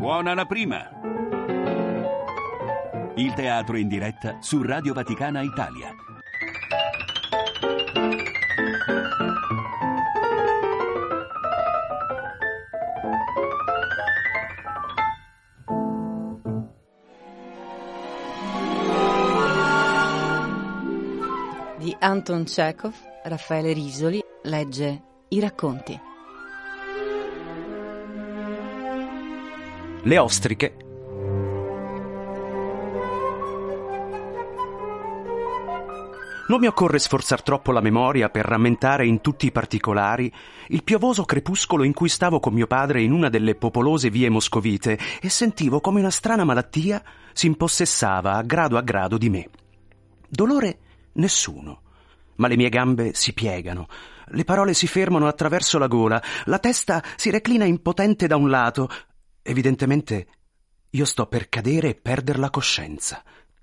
Buona la prima! Il teatro in diretta su Radio Vaticana Italia. Di Anton Chekhov, Raffaele Risoli legge I racconti. Le ostriche. Non mi occorre sforzar troppo la memoria per rammentare in tutti i particolari il piovoso crepuscolo in cui stavo con mio padre in una delle popolose vie moscovite e sentivo come una strana malattia si impossessava a grado di me. Dolore nessuno, ma le mie gambe si piegano, le parole si fermano attraverso la gola, la testa si reclina impotente da un lato. Evidentemente io sto per cadere e perdere la coscienza.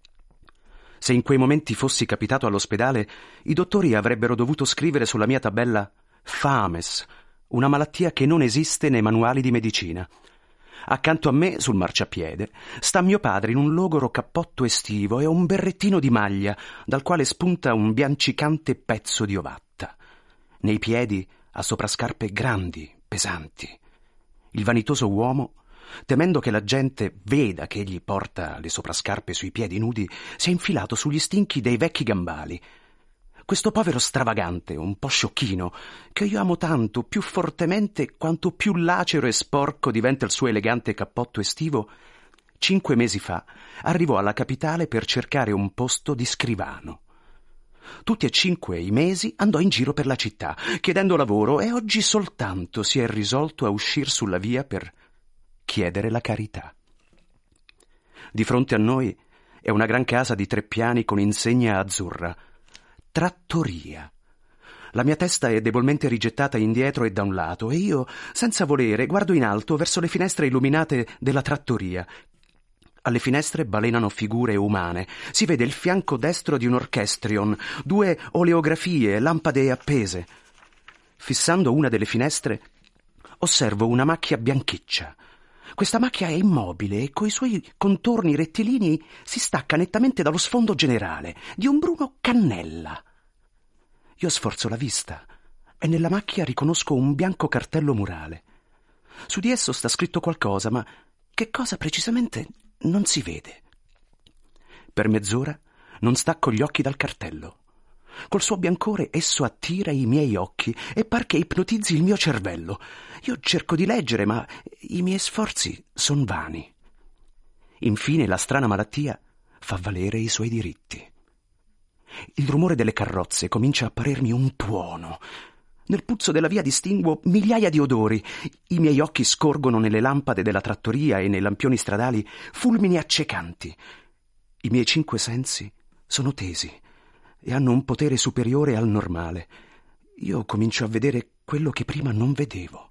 Se in quei momenti fossi capitato all'ospedale, i dottori avrebbero dovuto scrivere sulla mia tabella FAMES, una malattia che non esiste nei manuali di medicina. Accanto a me, sul marciapiede, sta mio padre in un logoro cappotto estivo e un berrettino di maglia, dal quale spunta un biancicante pezzo di ovatta. Nei piedi ha soprascarpe grandi, pesanti. Il vanitoso uomo, temendo che la gente veda che egli porta le soprascarpe sui piedi nudi, si è infilato sugli stinchi dei vecchi gambali. Questo povero stravagante, un po' sciocchino, che io amo tanto, più fortemente quanto più lacero e sporco diventa il suo elegante cappotto estivo, 5 mesi fa arrivò alla capitale per cercare un posto di scrivano. Tutti e 5 i mesi andò in giro per la città, chiedendo lavoro, e oggi soltanto si è risolto a uscir sulla via per chiedere la carità. Di fronte a noi è una gran casa di 3 piani con insegna azzurra. Trattoria. La mia testa è debolmente rigettata indietro e da un lato, e io, senza volere, guardo in alto verso le finestre illuminate della trattoria. Alle finestre balenano figure umane. Si vede il fianco destro di un orchestrion, 2 oleografie, lampade appese. Fissando una delle finestre, osservo una macchia bianchiccia. Questa macchia è immobile e coi suoi contorni rettilinei si stacca nettamente dallo sfondo generale, di un bruno cannella. Io sforzo la vista e nella macchia riconosco un bianco cartello murale. Su di esso sta scritto qualcosa, ma che cosa precisamente non si vede. Per mezz'ora non stacco gli occhi dal cartello. Col suo biancore esso attira i miei occhi e par che ipnotizzi il mio cervello. Io cerco di leggere, ma i miei sforzi son vani. Infine la strana malattia fa valere i suoi diritti. Il rumore delle carrozze comincia a parermi un tuono. Nel puzzo della via distinguo migliaia di odori. I miei occhi scorgono nelle lampade della trattoria e nei lampioni stradali fulmini accecanti. I miei 5 sensi sono tesi e hanno un potere superiore al normale. Io comincio a vedere quello che prima non vedevo.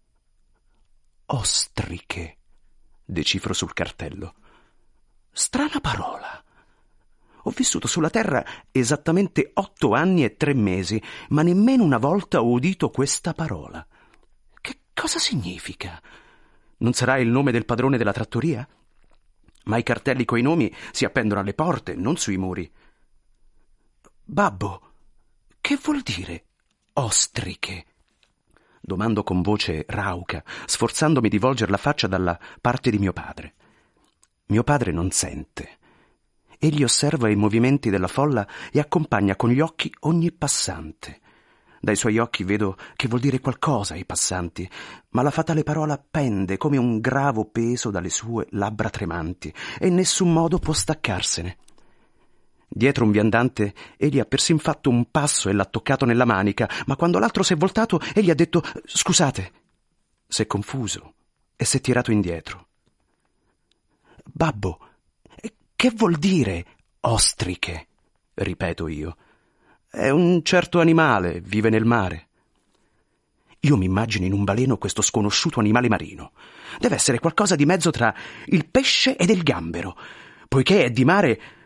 Ostriche, decifro sul cartello. Strana parola. Ho vissuto sulla terra esattamente 8 anni e 3 mesi, ma nemmeno una volta ho udito questa parola. Che cosa significa? Non sarà il nome del padrone della trattoria? Ma i cartelli coi nomi si appendono alle porte, non sui muri. Babbo, che vuol dire ostriche? Domando con voce rauca, sforzandomi di volger la faccia dalla parte di mio padre. Mio padre non sente. Egli osserva i movimenti della folla e accompagna con gli occhi ogni passante. Dai suoi occhi vedo che vuol dire qualcosa ai passanti, ma la fatale parola pende come un gravo peso dalle sue labbra tremanti e in nessun modo può staccarsene. Dietro un viandante egli ha persin fatto un passo e l'ha toccato nella manica, ma quando l'altro si è voltato egli ha detto «Scusate». S'è confuso e s'è tirato indietro. «Babbo, che vuol dire ostriche?» ripeto io. «È un certo animale, vive nel mare». Io mi immagino in un baleno questo sconosciuto animale marino. Deve essere qualcosa di mezzo tra il pesce ed il gambero. Poiché è di mare,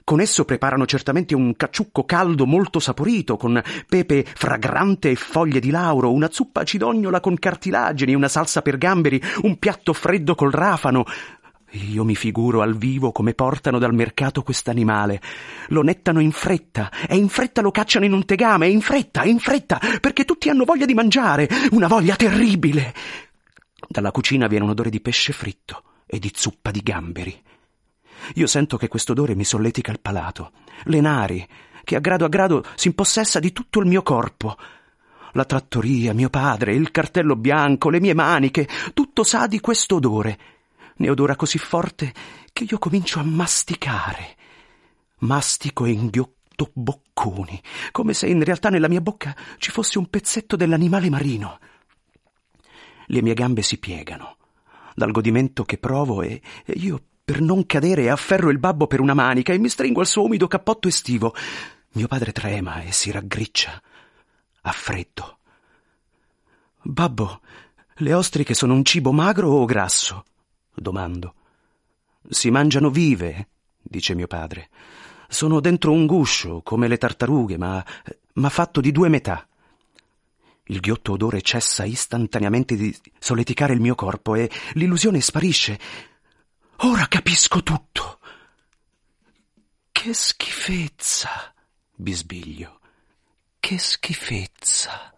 Con esso preparano certamente un cacciucco caldo molto saporito, con pepe fragrante e foglie di lauro, una zuppa cidognola con cartilagini, una salsa per gamberi, un piatto freddo col rafano. Io mi figuro al vivo come portano dal mercato quest'animale. Lo nettano in fretta, e in fretta lo cacciano in un tegame, e in fretta, perché tutti hanno voglia di mangiare, una voglia terribile. Dalla cucina viene un odore di pesce fritto e di zuppa di gamberi. Io sento che quest'odore mi solletica il palato, le nari, che a grado si impossessa di tutto il mio corpo. La trattoria, mio padre, il cartello bianco, le mie maniche, tutto sa di questo odore. Ne odora così forte che io comincio a masticare. Mastico e inghiotto bocconi, come se in realtà nella mia bocca ci fosse un pezzetto dell'animale marino. Le mie gambe si piegano dal godimento che provo e io, per non cadere, afferro il babbo per una manica e mi stringo al suo umido cappotto estivo. Mio padre trema e si raggriccia. Ha freddo. Babbo, le ostriche sono un cibo magro o grasso? Domando. Si mangiano vive, dice mio padre. Sono dentro un guscio, come le tartarughe, ma fatto di 2 metà. Il ghiotto odore cessa istantaneamente di solleticare il mio corpo e l'illusione sparisce. Ora capisco tutto. Che schifezza, bisbiglio. Che schifezza.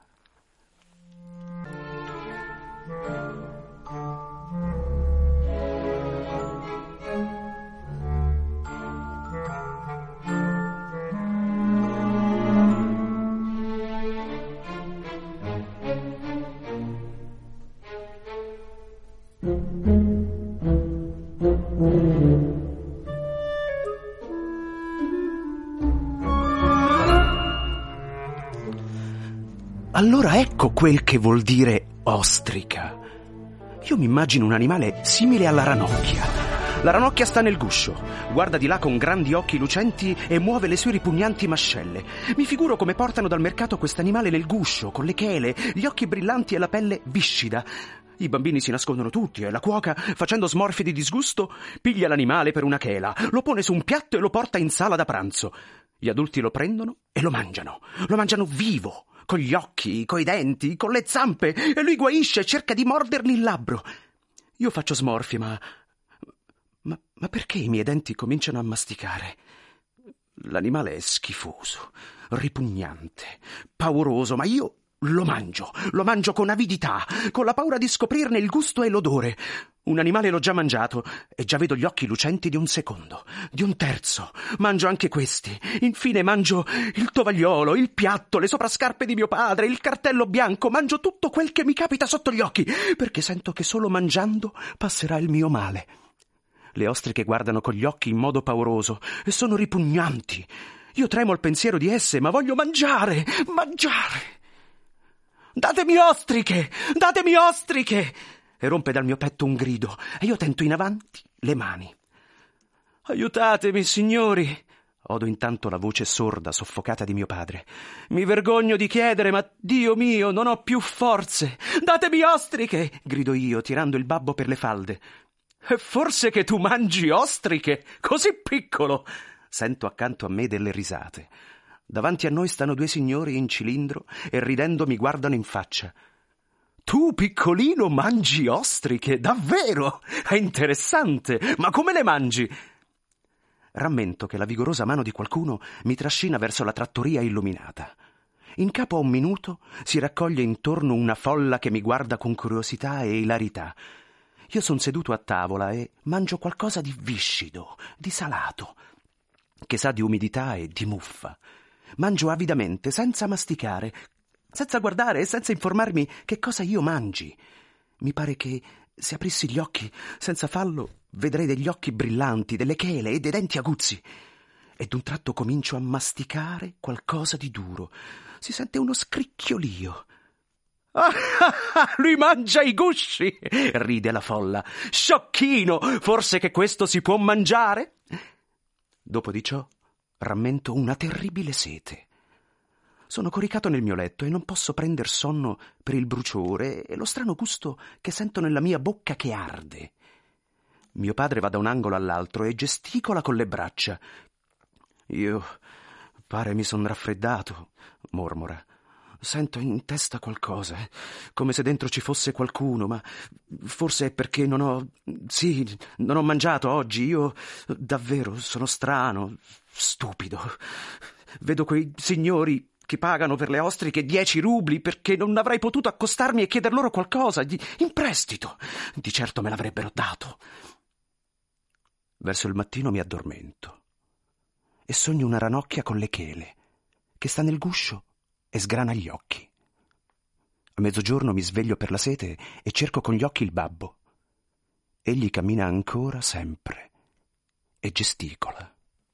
Allora ecco quel che vuol dire ostrica. Io mi immagino un animale simile alla ranocchia. La ranocchia sta nel guscio, guarda di là con grandi occhi lucenti e muove le sue ripugnanti mascelle. Mi figuro come portano dal mercato quest'animale nel guscio, con le chele, gli occhi brillanti e la pelle viscida. I bambini si nascondono tutti e la cuoca, facendo smorfie di disgusto, piglia l'animale per una chela, lo pone su un piatto e lo porta in sala da pranzo. Gli adulti lo prendono e lo mangiano vivo, con gli occhi, coi denti, con le zampe, e lui guaisce e cerca di mordergli il labbro. Io faccio smorfie, ma perché i miei denti cominciano a masticare? L'animale è schifoso, ripugnante, pauroso, ma io lo mangio con avidità, con la paura di scoprirne il gusto e l'odore. Un animale l'ho già mangiato e già vedo gli occhi lucenti di un secondo, di un terzo. Mangio anche questi. Infine mangio il tovagliolo, il piatto, le soprascarpe di mio padre, il cartello bianco. Mangio tutto quel che mi capita sotto gli occhi, perché sento che solo mangiando passerà il mio male. Le ostriche guardano con gli occhi in modo pauroso e sono ripugnanti. Io tremo al pensiero di esse, ma voglio mangiare! Datemi ostriche! Datemi ostriche! E rompe dal mio petto un grido, e io tento in avanti le mani. Aiutatemi, signori! Odo intanto la voce sorda, soffocata di mio padre. Mi vergogno di chiedere, ma Dio mio, non ho più forze! Datemi ostriche! Grido io, tirando il babbo per le falde. E forse che tu mangi ostriche? Così piccolo! Sento accanto a me delle risate. Davanti a noi stanno 2 signori in cilindro e ridendo mi guardano in faccia. Tu, piccolino, mangi ostriche? Davvero? È interessante! Ma come le mangi? Rammento che la vigorosa mano di qualcuno mi trascina verso la trattoria illuminata. In capo a un minuto si raccoglie intorno una folla che mi guarda con curiosità e ilarità. Io son seduto a tavola e mangio qualcosa di viscido, di salato, che sa di umidità e di muffa. Mangio avidamente, senza masticare, senza guardare e senza informarmi che cosa io mangi. Mi pare che, se aprissi gli occhi, senza farlo, vedrei degli occhi brillanti, delle chele e dei denti aguzzi. E d'un tratto comincio a masticare qualcosa di duro. Si sente uno scricchiolio. Lui mangia i gusci! Ride la folla. Sciocchino! Forse che questo si può mangiare? Dopo di ciò, rammento una terribile sete. Sono coricato nel mio letto e non posso prender sonno per il bruciore e lo strano gusto che sento nella mia bocca che arde. Mio padre va da un angolo all'altro e gesticola con le braccia. Io pare mi son raffreddato, mormora. Sento in testa qualcosa, come se dentro ci fosse qualcuno, ma forse è perché non ho mangiato oggi. Io davvero sono strano, stupido. Vedo quei signori che pagano per le ostriche 10 rubli perché non avrei potuto accostarmi e chieder loro qualcosa in prestito. Di certo me l'avrebbero dato. Verso il mattino mi addormento e sogno una ranocchia con le chele che sta nel guscio e sgrana gli occhi. A mezzogiorno mi sveglio per la sete e cerco con gli occhi il babbo. Egli cammina ancora sempre e gesticola.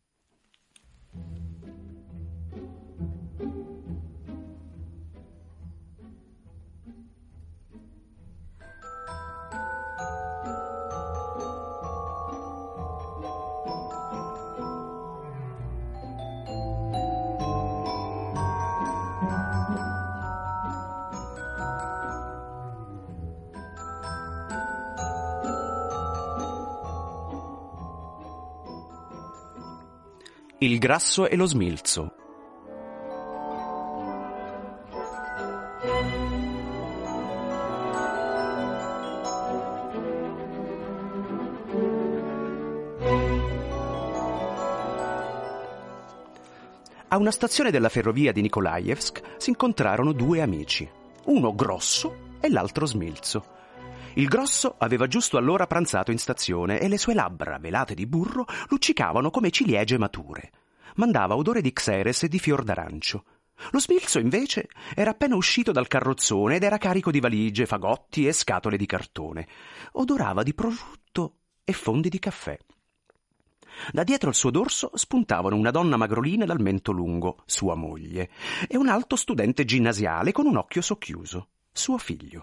Il grasso e lo smilzo. A una stazione della ferrovia di Nikolaevsk si incontrarono due amici, uno grosso e l'altro smilzo. Il grosso aveva giusto allora pranzato in stazione e le sue labbra, velate di burro, luccicavano come ciliegie mature. Mandava odore di xeres e di fior d'arancio. Lo smilzo, invece, era appena uscito dal carrozzone ed era carico di valigie, fagotti e scatole di cartone. Odorava di prosciutto e fondi di caffè. Da dietro al suo dorso spuntavano una donna magrolina dal mento lungo, sua moglie, e un alto studente ginnasiale con un occhio socchiuso, suo figlio.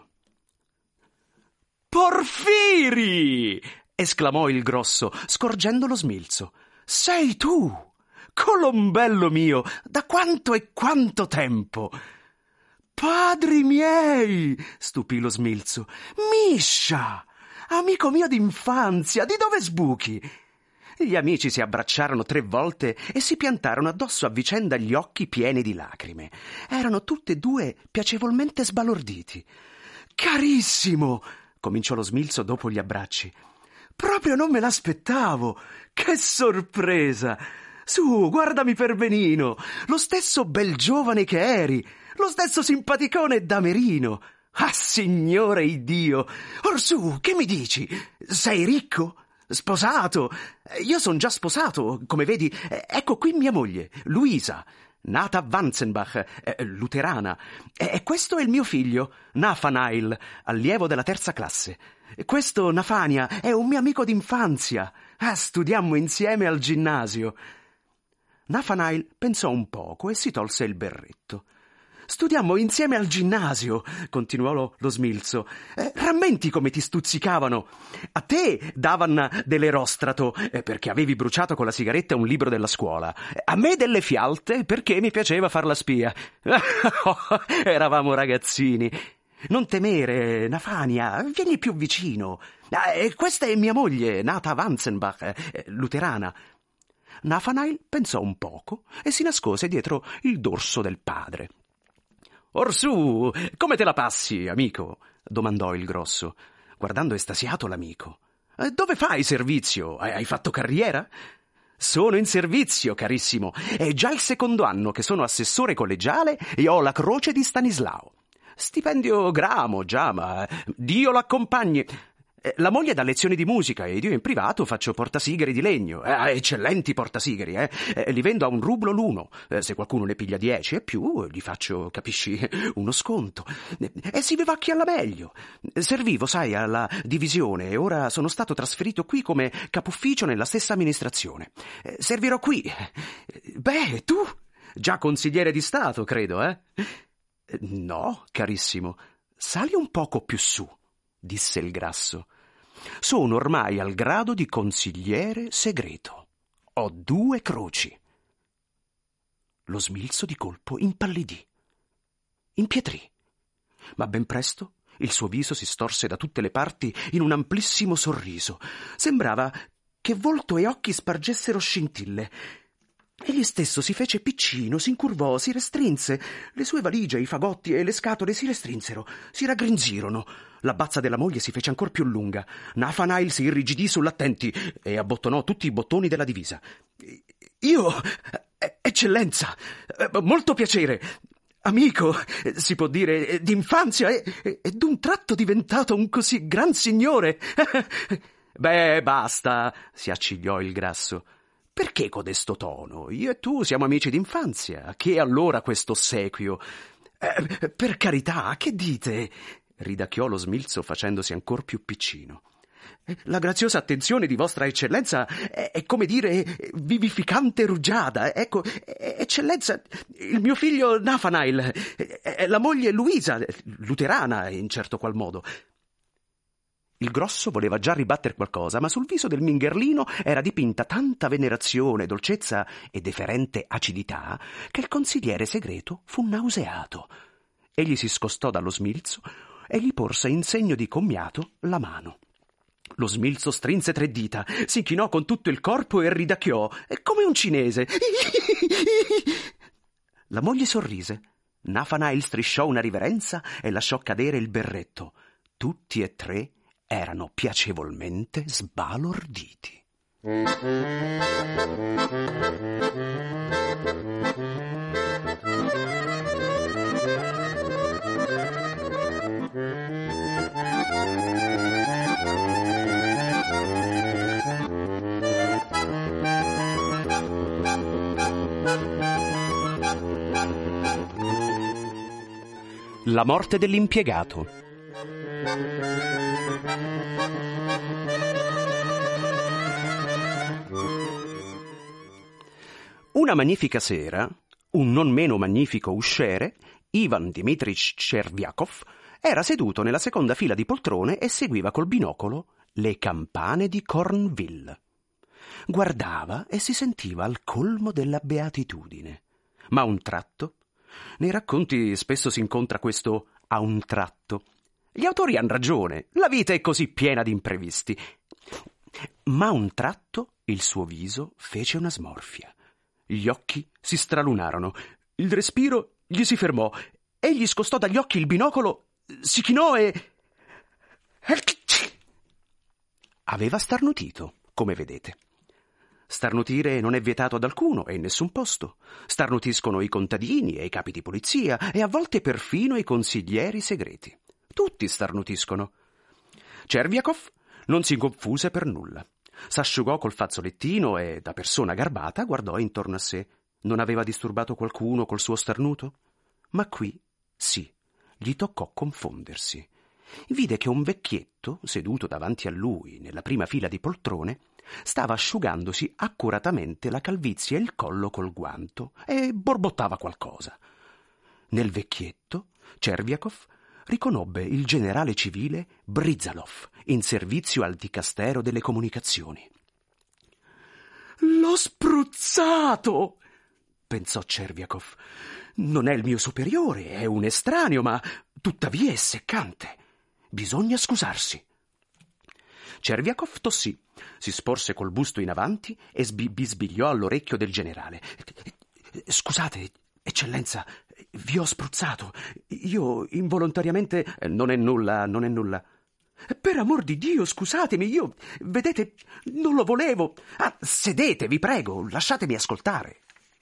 «Porfiri!» esclamò il grosso, scorgendo lo smilzo. «Sei tu! Colombello mio! Da quanto e quanto tempo!» «Padri miei!» stupì lo smilzo. «Miscia! Amico mio d'infanzia, di dove sbuchi?» Gli amici si abbracciarono 3 volte e si piantarono addosso a vicenda gli occhi pieni di lacrime. Erano tutti e 2 piacevolmente sbalorditi. «Carissimo!» cominciò lo smilzo dopo gli abbracci. «Proprio non me l'aspettavo! Che sorpresa! Su, guardami per benino! Lo stesso bel giovane che eri! Lo stesso simpaticone damerino! Ah, Signore Iddio! Orsù, che mi dici? Sei ricco? Sposato? Io son già sposato, come vedi. Ecco qui mia moglie, Luisa, nata a Wanzenbach, luterana. E questo è il mio figlio, Nathanael, allievo della 3ª classe. Questo, Nafania, è un mio amico d'infanzia. Studiammo insieme al ginnasio. Nathanael pensò un poco e si tolse il berretto. «Studiammo insieme al ginnasio», continuò lo smilzo. «Rammenti come ti stuzzicavano. A te davan dell'erostrato, perché avevi bruciato con la sigaretta un libro della scuola. A me delle fialte, perché mi piaceva far la spia. Eravamo ragazzini. Non temere, Nafania, vieni più vicino. Questa è mia moglie, nata a Wanzenbach, luterana». Nathanael pensò un poco e si nascose dietro il dorso del padre. «Orsù, come te la passi, amico?» domandò il grosso, guardando estasiato l'amico. «Dove fai servizio? Hai fatto carriera?» «Sono in servizio, carissimo. È già il 2° anno che sono assessore collegiale e ho la croce di Stanislao. Stipendio gramo, già, ma Dio l'accompagni. La moglie dà lezioni di musica ed io in privato faccio portasigari di legno. Eccellenti portasigari, li vendo a 1 rublo l'uno. Se qualcuno ne piglia 10 e più, gli faccio, capisci, uno sconto. E si vivacchia alla meglio. Servivo, sai, alla divisione e ora sono stato trasferito qui come capufficio nella stessa amministrazione. Servirò qui. Beh, tu, già consigliere di Stato, credo, eh? No, carissimo, sali un poco più su, disse il grasso. Sono ormai al grado di consigliere segreto. Ho 2 croci. Lo smilzo di colpo impallidì, impietrì, ma ben presto il suo viso si storse da tutte le parti in un amplissimo sorriso. Sembrava che volto e occhi spargessero scintille. Egli stesso si fece piccino, si incurvò, si restrinse. Le sue valigie, i fagotti e le scatole si restrinsero, si raggrinzirono. La bazza della moglie si fece ancor più lunga. Nathanael si irrigidì sull'attenti e abbottonò tutti i bottoni della divisa. Io, eccellenza, molto piacere. Amico, si può dire, d'infanzia e d'un tratto diventato un così gran signore. Beh, basta, si accigliò il Grasso. Perché codesto tono? Io e tu siamo amici d'infanzia. Che allora questo ossequio? Per carità, che dite? Ridacchiò lo Smilzo facendosi ancor più piccino. La graziosa attenzione di vostra eccellenza è come dire vivificante rugiada. Ecco, eccellenza, il mio figlio Nathanael, la moglie Luisa, luterana in certo qual modo. Il Grosso voleva già ribatter qualcosa, ma sul viso del Mingherlino era dipinta tanta venerazione, dolcezza e deferente acidità che il consigliere segreto fu nauseato. Egli si scostò dallo Smilzo e gli porse in segno di commiato la mano. Lo Smilzo strinse 3 dita, si inchinò con tutto il corpo e ridacchiò, come un cinese. La moglie sorrise. Nathanael strisciò una riverenza e lasciò cadere il berretto. Tutti e 3 erano piacevolmente sbalorditi. La morte dell'impiegato. Una magnifica sera, un non meno magnifico usciere, Ivan Dmitrich Chervyakov, era seduto nella seconda fila di poltrone e seguiva col binocolo le campane di Cornville. Guardava e si sentiva al colmo della beatitudine. Ma a un tratto, nei racconti spesso si incontra questo a un tratto. Gli autori han ragione, la vita è così piena di imprevisti. Ma a un tratto il suo viso fece una smorfia. Gli occhi si stralunarono, il respiro gli si fermò, egli scostò dagli occhi il binocolo, si chinò e... Aveva starnutito, come vedete. Starnutire non è vietato ad alcuno e in nessun posto. Starnutiscono i contadini e i capi di polizia e a volte perfino i consiglieri segreti. Tutti starnutiscono. Chervyakov non si confuse per nulla. S'asciugò col fazzolettino e, da persona garbata, guardò intorno a sé. Non aveva disturbato qualcuno col suo starnuto? Ma qui, sì, gli toccò confondersi. Vide che un vecchietto, seduto davanti a lui, nella prima fila di poltrone, stava asciugandosi accuratamente la calvizie e il collo col guanto e borbottava qualcosa. Nel vecchietto, Chervyakov riconobbe il generale civile Brizalov, in servizio al Dicastero delle Comunicazioni. «L'ho spruzzato!» pensò Chervyakov. «Non è il mio superiore, è un estraneo, ma tuttavia è seccante. Bisogna scusarsi». Chervyakov tossì, si sporse col busto in avanti e bisbigliò all'orecchio del generale. «Scusate, eccellenza, vi ho spruzzato. Io involontariamente...» Non è nulla. «Per amor di Dio, scusatemi, io, vedete, non lo volevo. Sedetevi, vi prego, lasciatemi ascoltare».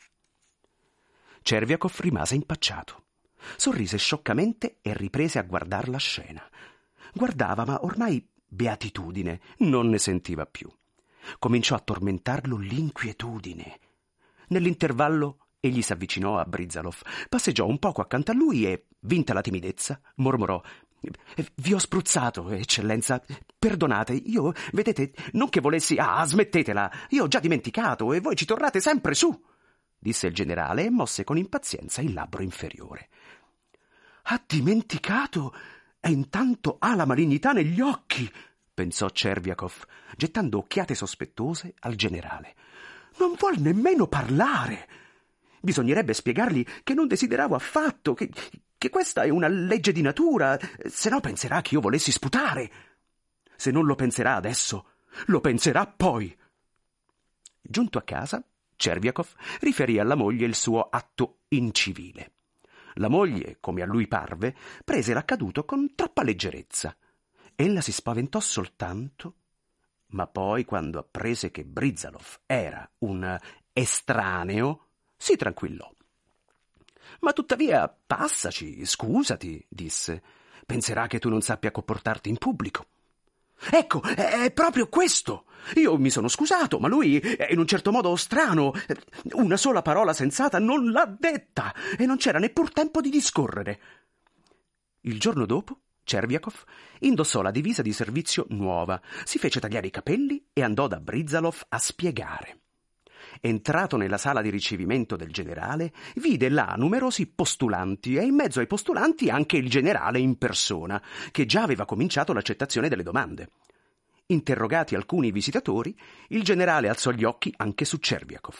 Chervyakov rimase impacciato. Sorrise scioccamente e riprese a guardar la scena. Guardava, ma ormai beatitudine non ne sentiva più. Cominciò a tormentarlo l'inquietudine. Nell'intervallo egli s'avvicinò a Brizalov, passeggiò un poco accanto a lui e, vinta la timidezza, mormorò: «Vi ho spruzzato, eccellenza. Perdonate, io, vedete, non che volessi... smettetela, io ho già dimenticato e voi ci tornate sempre su», disse il generale e mosse con impazienza il labbro inferiore. «Ha dimenticato e intanto ha la malignità negli occhi», pensò Chervyakov, gettando occhiate sospettose al generale. «Non vuol nemmeno parlare. Bisognerebbe spiegargli che non desideravo affatto, che questa è una legge di natura, se no penserà che io volessi sputare. Se non lo penserà adesso, lo penserà poi». Giunto a casa, Cherviakov riferì alla moglie il suo atto incivile. La moglie, come a lui parve, prese l'accaduto con troppa leggerezza. Ella si spaventò soltanto, ma poi, quando apprese che Brizalov era un estraneo, si tranquillò. «Ma tuttavia, passaci, scusati», disse. «Penserà che tu non sappia comportarti in pubblico». «Ecco, è proprio questo! Io mi sono scusato, ma lui, in un certo modo strano, una sola parola sensata non l'ha detta e non c'era neppur tempo di discorrere». Il giorno dopo, Cherviakov indossò la divisa di servizio nuova, si fece tagliare i capelli e andò da Brizalov a spiegare. Entrato nella sala di ricevimento del generale, vide là numerosi postulanti e in mezzo ai postulanti anche il generale in persona, che già aveva cominciato l'accettazione delle domande. Interrogati alcuni visitatori, il generale alzò gli occhi anche su Cherviakov.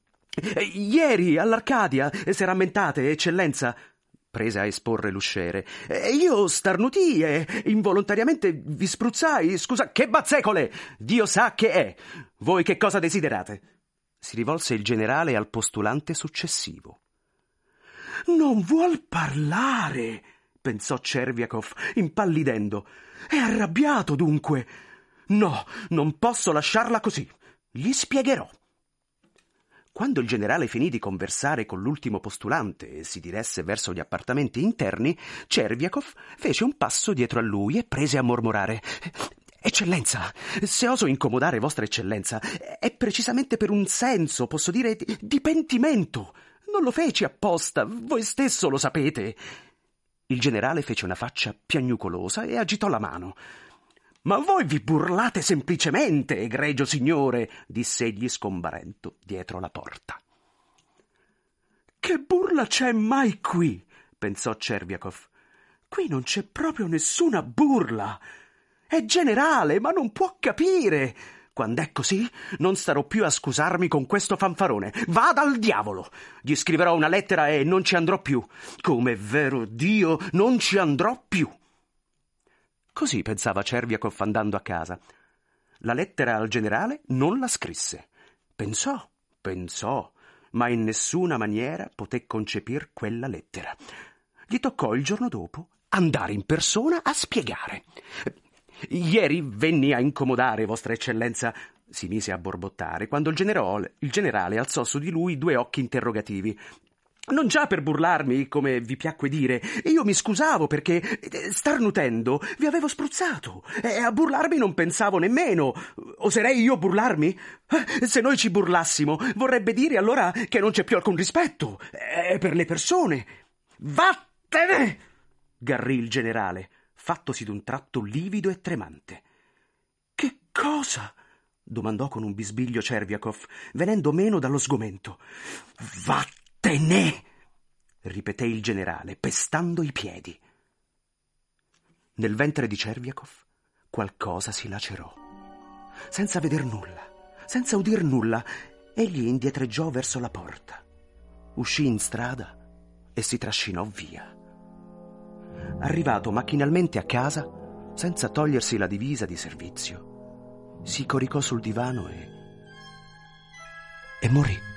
«Ieri all'Arcadia, se rammentate, eccellenza», prese a esporre l'usciere, «io starnutii e involontariamente vi spruzzai, scusa, che bazzecole! Dio sa che è! Voi che cosa desiderate?» Si rivolse il generale al postulante successivo. «Non vuol parlare», pensò Cherviakov, impallidendo. «È arrabbiato, dunque. No, non posso lasciarla così. Gli spiegherò». Quando il generale finì di conversare con l'ultimo postulante e si diresse verso gli appartamenti interni, Cherviakov fece un passo dietro a lui e prese a mormorare. «Eccellenza, se oso incomodare vostra eccellenza, è precisamente per un senso, posso dire, di pentimento. Non lo feci apposta, voi stesso lo sapete». Il generale fece una faccia piagnucolosa e agitò la mano. «Ma voi vi burlate semplicemente, egregio signore», disse egli scomparendo dietro la porta. «Che burla c'è mai qui?» pensò Cherviakov. «Qui non c'è proprio nessuna burla. È generale, ma non può capire. Quando è così, non starò più a scusarmi con questo fanfarone. Vada al diavolo! Gli scriverò una lettera e non ci andrò più. Come è vero Dio, non ci andrò più». Così pensava Cherviakov andando a casa. La lettera al generale non la scrisse. Pensò, ma in nessuna maniera poté concepir quella lettera. Gli toccò il giorno dopo andare in persona a spiegare. «Ieri venni a incomodare, vostra eccellenza», si mise a borbottare, quando il generale alzò su di lui 2 occhi interrogativi. «Non già per burlarmi, come vi piacque dire. Io mi scusavo perché, starnutendo, vi avevo spruzzato. E a burlarmi non pensavo nemmeno. Oserei io burlarmi? Se noi ci burlassimo, vorrebbe dire allora che non c'è più alcun rispetto. Per le persone». «Vattene!» garrì il generale, fattosi d'un tratto livido e tremante. «Che cosa?» domandò con un bisbiglio Cherviakov, venendo meno dallo sgomento. «Vattene!» ripeté il generale, pestando i piedi. Nel ventre di Cherviakov qualcosa si lacerò. Senza veder nulla, senza udir nulla, egli indietreggiò verso la porta, uscì in strada e si trascinò via. Arrivato macchinalmente a casa, senza togliersi la divisa di servizio, si coricò sul divano e morì.